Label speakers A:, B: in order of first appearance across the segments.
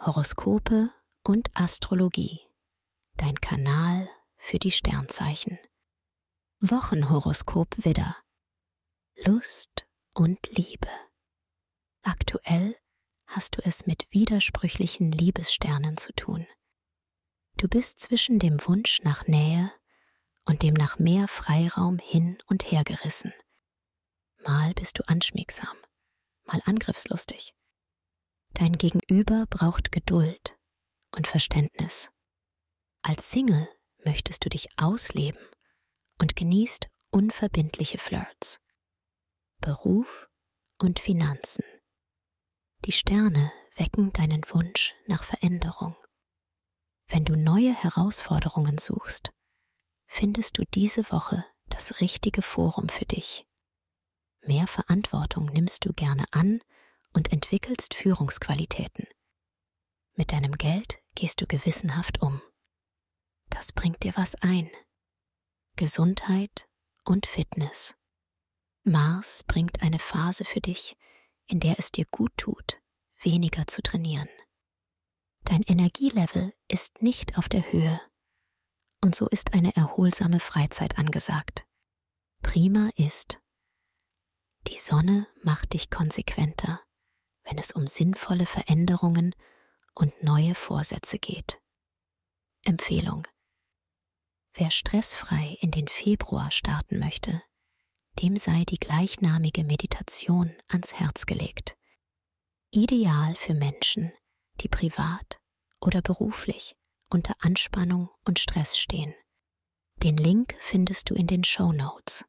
A: Horoskope und Astrologie. Dein Kanal für die Sternzeichen. Wochenhoroskop Widder. Lust und Liebe. Aktuell hast du es mit widersprüchlichen Liebessternen zu tun. Du bist zwischen dem Wunsch nach Nähe und dem nach mehr Freiraum hin und her gerissen. Mal bist du anschmiegsam, mal angriffslustig. Dein Gegenüber braucht Geduld und Verständnis. Als Single möchtest du dich ausleben und genießt unverbindliche Flirts. Beruf und Finanzen. Die Sterne wecken deinen Wunsch nach Veränderung. Wenn du neue Herausforderungen suchst, findest du diese Woche das richtige Forum für dich. Mehr Verantwortung nimmst du gerne an und entwickelst Führungsqualitäten. Mit deinem Geld gehst du gewissenhaft um. Das bringt dir was ein. Gesundheit und Fitness. Mars bringt eine Phase für dich, in der es dir gut tut, weniger zu trainieren. Dein Energielevel ist nicht auf der Höhe und so ist eine erholsame Freizeit angesagt. Prima ist: Die Sonne macht dich konsequenter, wenn es um sinnvolle Veränderungen und neue Vorsätze geht. Empfehlung: Wer stressfrei in den Februar starten möchte, dem sei die gleichnamige Meditation ans Herz gelegt. Ideal für Menschen, die privat oder beruflich unter Anspannung und Stress stehen. Den Link findest du in den Shownotes.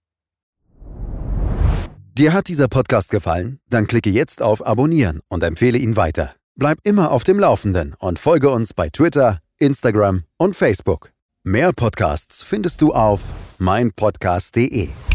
B: Dir hat dieser Podcast gefallen? Dann klicke jetzt auf Abonnieren und empfehle ihn weiter. Bleib immer auf dem Laufenden und folge uns bei Twitter, Instagram und Facebook. Mehr Podcasts findest du auf meinpodcast.de.